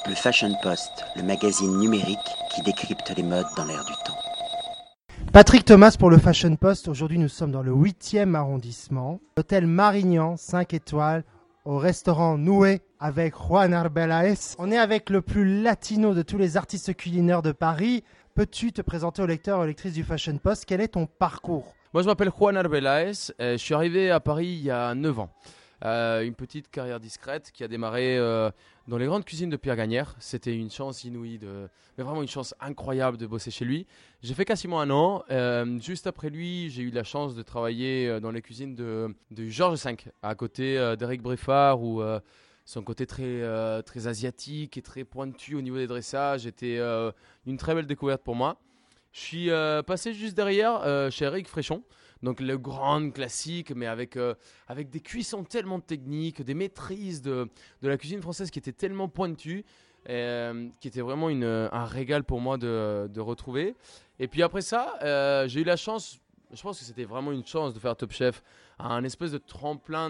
Le Fashion Post, le magazine numérique qui décrypte les modes dans l'air du temps. Patrick Thomas pour le Fashion Post. Aujourd'hui, nous sommes dans le 8e arrondissement. L'hôtel Marignan, 5 étoiles, au restaurant Noué avec Juan Arbeláez. On est avec le plus latino de tous les artistes culinaires de Paris. Peux-tu te présenter aux lecteurs et aux lectrices du Fashion Post? Quel est ton parcours? Moi, je m'appelle Juan Arbeláez. Je suis arrivé à Paris il y a 9 ans. Une petite carrière discrète qui a démarré dans les grandes cuisines de Pierre Gagnère. C'était une chance inouïe, mais vraiment une chance incroyable de bosser chez lui. J'ai fait quasiment un an. Juste après lui, j'ai eu la chance de travailler dans les cuisines de Georges V, à côté d'Éric Breffard, où son côté très asiatique et très pointu au niveau des dressages était une très belle découverte pour moi. Je suis passé juste derrière chez Eric Fréchon. Donc le grand classique, mais avec des cuissons tellement techniques, des maîtrises de la cuisine française qui étaient tellement pointues, qui était vraiment un régal pour moi de retrouver. Et puis après ça, j'ai eu la chance, je pense que c'était vraiment une chance de faire Top Chef, un espèce de tremplin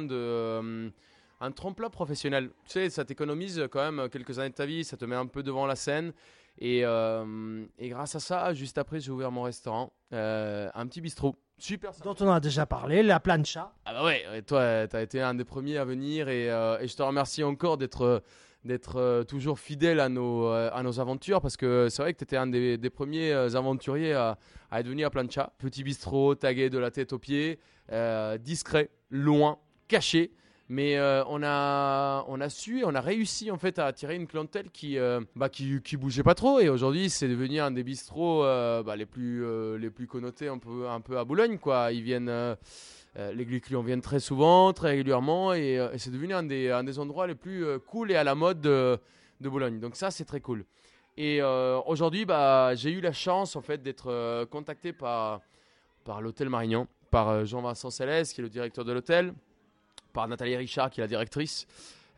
un tremplin professionnel. Tu sais, ça t'économise quand même quelques années de ta vie, ça te met un peu devant la scène. Et grâce à ça, juste après, j'ai ouvert mon restaurant, un petit bistrot. Super sympa. Dont on a déjà parlé, la plancha. Ah bah ouais, et toi, tu as été un des premiers à venir et je te remercie encore d'être toujours fidèle à nos aventures parce que c'est vrai que tu étais un des premiers aventuriers à être venu à Plancha. Petit bistrot, tagué de la tête aux pieds, discret, loin, caché. Mais on a réussi en fait à attirer une clientèle qui bougeait pas trop et aujourd'hui c'est devenu un des bistrots les plus connotés un peu à Boulogne quoi. Ils viennent les clients viennent très souvent, très régulièrement et c'est devenu un des endroits les plus cool et à la mode de Boulogne. Donc ça c'est très cool. Et aujourd'hui j'ai eu la chance en fait d'être contacté par l'hôtel Marignan, par Jean-Vincent Céleste qui est le directeur de l'hôtel, par Nathalie Richard qui est la directrice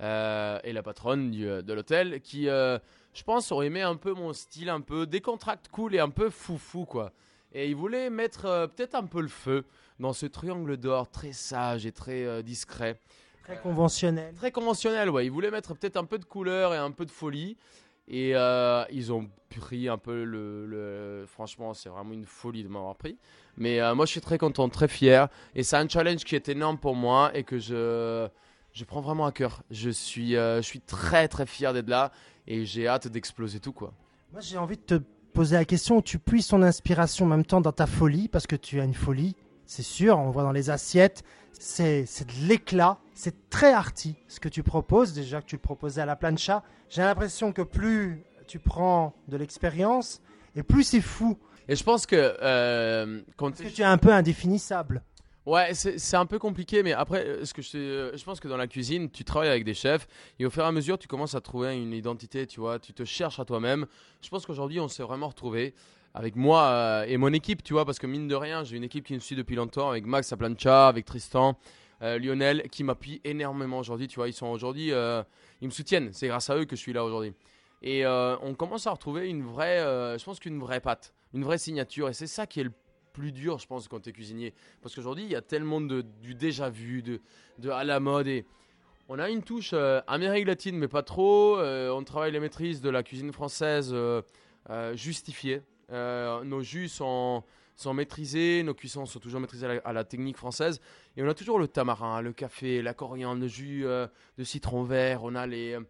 et la patronne de l'hôtel qui je pense aurait aimé un peu mon style un peu décontracté, cool et un peu foufou quoi. Et il voulait mettre peut-être un peu le feu dans ce triangle d'or très sage et très discret. Très conventionnel. Très conventionnel, ouais. Il voulait mettre peut-être un peu de couleur et un peu de folie. Et ils ont pris un peu Franchement, c'est vraiment une folie de m'avoir pris. Mais moi, je suis très content, très fier. Et c'est un challenge qui est énorme pour moi et que je prends vraiment à cœur. Je suis très, très fier d'être là et j'ai hâte d'exploser tout, quoi. Moi, j'ai envie de te poser la question où tu puises ton inspiration en même temps dans ta folie, parce que tu as une folie, c'est sûr. On voit dans les assiettes, c'est de l'éclat. C'est très arty ce que tu proposes. Déjà que tu le proposais à la plancha. J'ai l'impression que plus tu prends de l'expérience et plus c'est fou. Et je pense que Parce que tu es un peu indéfinissable. Ouais, c'est un peu compliqué, mais après, je pense que dans la cuisine, tu travailles avec des chefs et au fur et à mesure, tu commences à trouver une identité, tu vois, tu te cherches à toi-même. Je pense qu'aujourd'hui, on s'est vraiment retrouvés avec moi et mon équipe, tu vois, parce que mine de rien, j'ai une équipe qui me suit depuis longtemps avec Max à Plancha, avec Tristan, Lionel, qui m'appuie énormément aujourd'hui, tu vois, ils me soutiennent, c'est grâce à eux que je suis là aujourd'hui. Et on commence à retrouver je pense qu'une vraie patte, une vraie signature, et c'est ça qui est le plus dur, je pense, quand tu es cuisinier. Parce qu'aujourd'hui, il y a tellement du déjà vu, de à la mode. Et on a une touche Amérique latine, mais pas trop. On travaille les maîtrises de la cuisine française justifiées. Nos jus sont maîtrisés, nos cuissons sont toujours maîtrisés à la technique française. Et on a toujours le tamarin, le café, la coriandre, le jus de citron vert. On a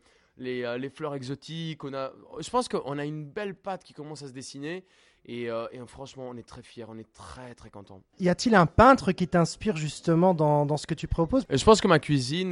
les fleurs exotiques. Je pense qu'on a une belle pâte qui commence à se dessiner. Et franchement, on est très fiers, on est très très contents. Y a-t-il un peintre qui t'inspire justement dans ce que tu proposes? Je pense que ma cuisine,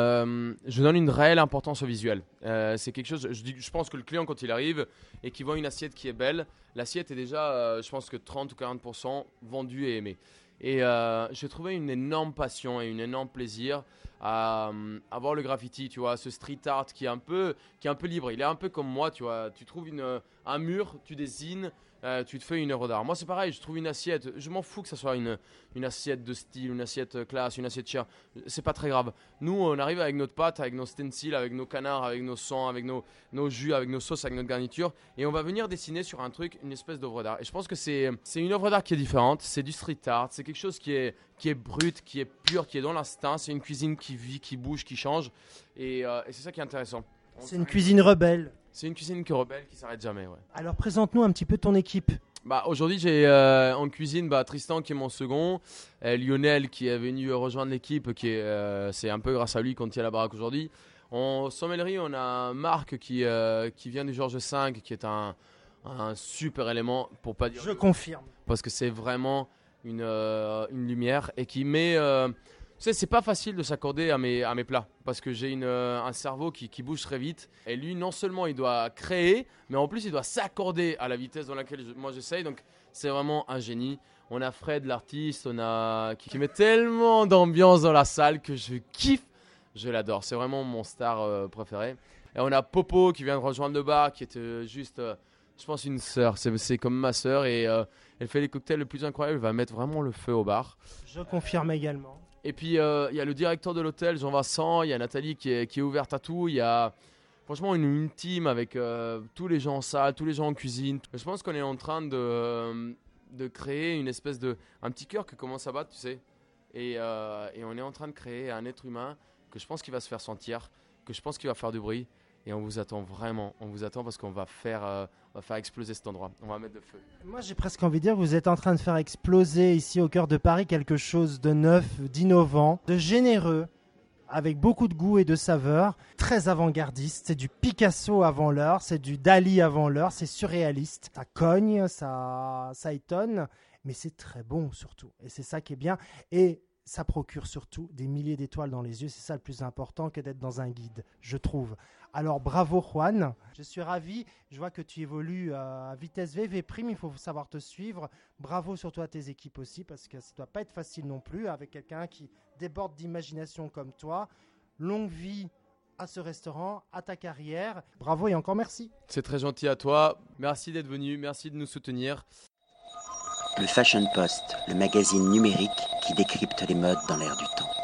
je donne une réelle importance au visuel. C'est quelque chose, je pense que le client quand il arrive et qu'il voit une assiette qui est belle, l'assiette est déjà, je pense que 30 ou 40% vendue et aimée. Et j'ai trouvé une énorme passion et un énorme plaisir à voir le graffiti, tu vois, ce street art qui est un peu libre. Il est un peu comme moi, tu vois. Tu trouves un mur, tu dessines, tu te fais une œuvre d'art. Moi, c'est pareil, je trouve une assiette. Je m'en fous que ça soit une assiette de style, une assiette classe, une assiette chère. C'est pas très grave. Nous, on arrive avec notre pâte, avec nos stencils, avec nos canards, avec nos sangs, avec nos jus, avec nos sauces, avec notre garniture. Et on va venir dessiner sur un truc, une espèce d'œuvre d'art. Et je pense que c'est une œuvre d'art qui est différente. C'est du street art. C'est quelque chose qui est brut, qui est pur, qui est dans l'instinct. C'est une cuisine qui vit, qui bouge, qui change. Et c'est ça qui est intéressant. C'est une cuisine rebelle. C'est une cuisine qui rebelle, qui s'arrête jamais. Ouais. Alors présente-nous un petit peu ton équipe. Aujourd'hui, j'ai en cuisine Tristan qui est mon second, Lionel qui est venu rejoindre l'équipe, c'est un peu grâce à lui qu'on tient la baraque aujourd'hui. En sommellerie, on a Marc qui vient du Georges V, qui est un super élément, pour pas dire. Je confirme. Parce que c'est vraiment une lumière et qui met. Tu sais, c'est pas facile de s'accorder à mes plats parce que j'ai un cerveau qui bouge très vite. Et lui, non seulement il doit créer, mais en plus il doit s'accorder à la vitesse dans laquelle moi j'essaye. Donc c'est vraiment un génie. On a Fred, l'artiste, qui met tellement d'ambiance dans la salle que je kiffe. Je l'adore. C'est vraiment mon star préféré. Et on a Popo qui vient de rejoindre le bar, qui était juste, je pense, une sœur. C'est comme ma sœur et elle fait les cocktails le plus incroyable. Elle va mettre vraiment le feu au bar. Je confirme également. Et puis, il y a le directeur de l'hôtel, Jean-Vincent, il y a Nathalie qui est ouverte à tout. Il y a franchement une team avec tous les gens en salle, tous les gens en cuisine. Je pense qu'on est en train de créer une espèce un petit cœur qui commence à battre, tu sais. Et on est en train de créer un être humain que je pense qu'il va se faire sentir, que je pense qu'il va faire du bruit. Et on vous attend vraiment, on vous attend parce qu'on va faire exploser cet endroit, on va mettre le feu. Moi j'ai presque envie de dire que vous êtes en train de faire exploser ici au cœur de Paris quelque chose de neuf, d'innovant, de généreux, avec beaucoup de goût et de saveur, très avant-gardiste, c'est du Picasso avant l'heure, c'est du Dali avant l'heure, c'est surréaliste, ça cogne, ça étonne, mais c'est très bon surtout, et c'est ça qui est bien, et ça procure surtout des milliers d'étoiles dans les yeux. C'est ça le plus important que d'être dans un guide, je trouve. Alors bravo Juan, je suis ravi. Je vois que tu évolues à vitesse VV prime, il faut savoir te suivre. Bravo surtout à tes équipes aussi, parce que ça ne doit pas être facile non plus avec quelqu'un qui déborde d'imagination comme toi. Longue vie à ce restaurant, à ta carrière. Bravo et encore merci. C'est très gentil à toi. Merci d'être venu, merci de nous soutenir. Le Fashion Post, le magazine numérique qui décrypte les modes dans l'air du temps.